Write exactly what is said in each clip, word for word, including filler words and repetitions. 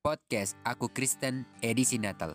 Podcast Aku Kristen edisi Natal.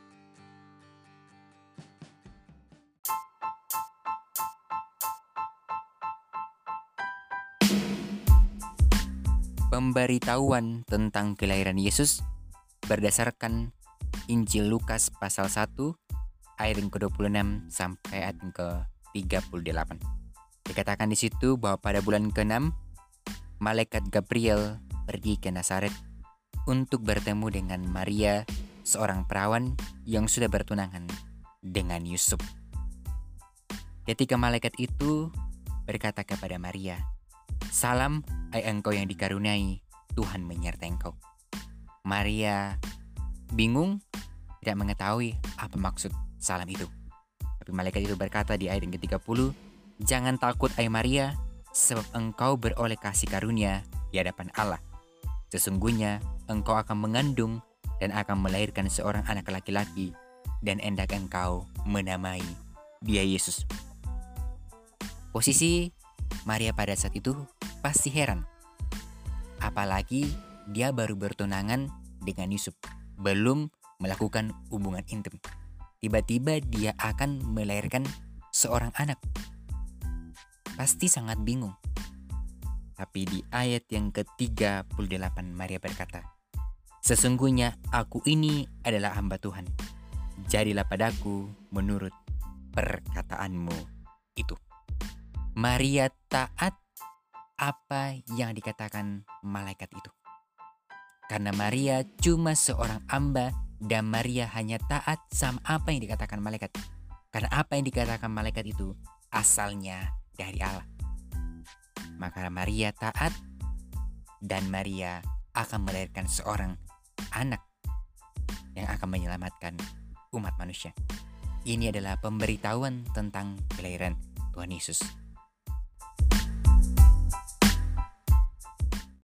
Pemberitahuan tentang kelahiran Yesus berdasarkan Injil Lukas pasal satu ayat yang ke dua puluh enam sampai ayat yang ke tiga puluh delapan. Dikatakan di situ bahwa pada bulan keenam malaikat Gabriel pergi ke Nazaret untuk bertemu dengan Maria, seorang perawan yang sudah bertunangan dengan Yusuf. Ketika malaikat itu berkata kepada Maria, "Salam, hai engkau yang dikaruniai, Tuhan menyertai engkau." Maria bingung, tidak mengetahui apa maksud salam itu. Tapi malaikat itu berkata di ayat yang ke tiga puluh, "Jangan takut, hai Maria, sebab engkau beroleh kasih karunia di hadapan Allah. Sesungguhnya engkau akan mengandung dan akan melahirkan seorang anak laki-laki, dan hendak engkau menamai dia Yesus." Posisi Maria pada saat itu pasti heran. Apalagi dia baru bertunangan dengan Yusuf, belum melakukan hubungan intim. Tiba-tiba dia akan melahirkan seorang anak. Pasti sangat bingung. Tapi di ayat yang ke tiga puluh delapan Maria berkata, "Sesungguhnya aku ini adalah hamba Tuhan. Jadilah padaku menurut perkataanmu itu." Maria taat apa yang dikatakan malaikat itu. Karena Maria cuma seorang hamba dan Maria hanya taat sama apa yang dikatakan malaikat. Karena apa yang dikatakan malaikat itu asalnya dari Allah. Maka Maria taat dan Maria akan melahirkan seorang anak yang akan menyelamatkan umat manusia. Ini adalah pemberitahuan tentang kelahiran Tuhan Yesus.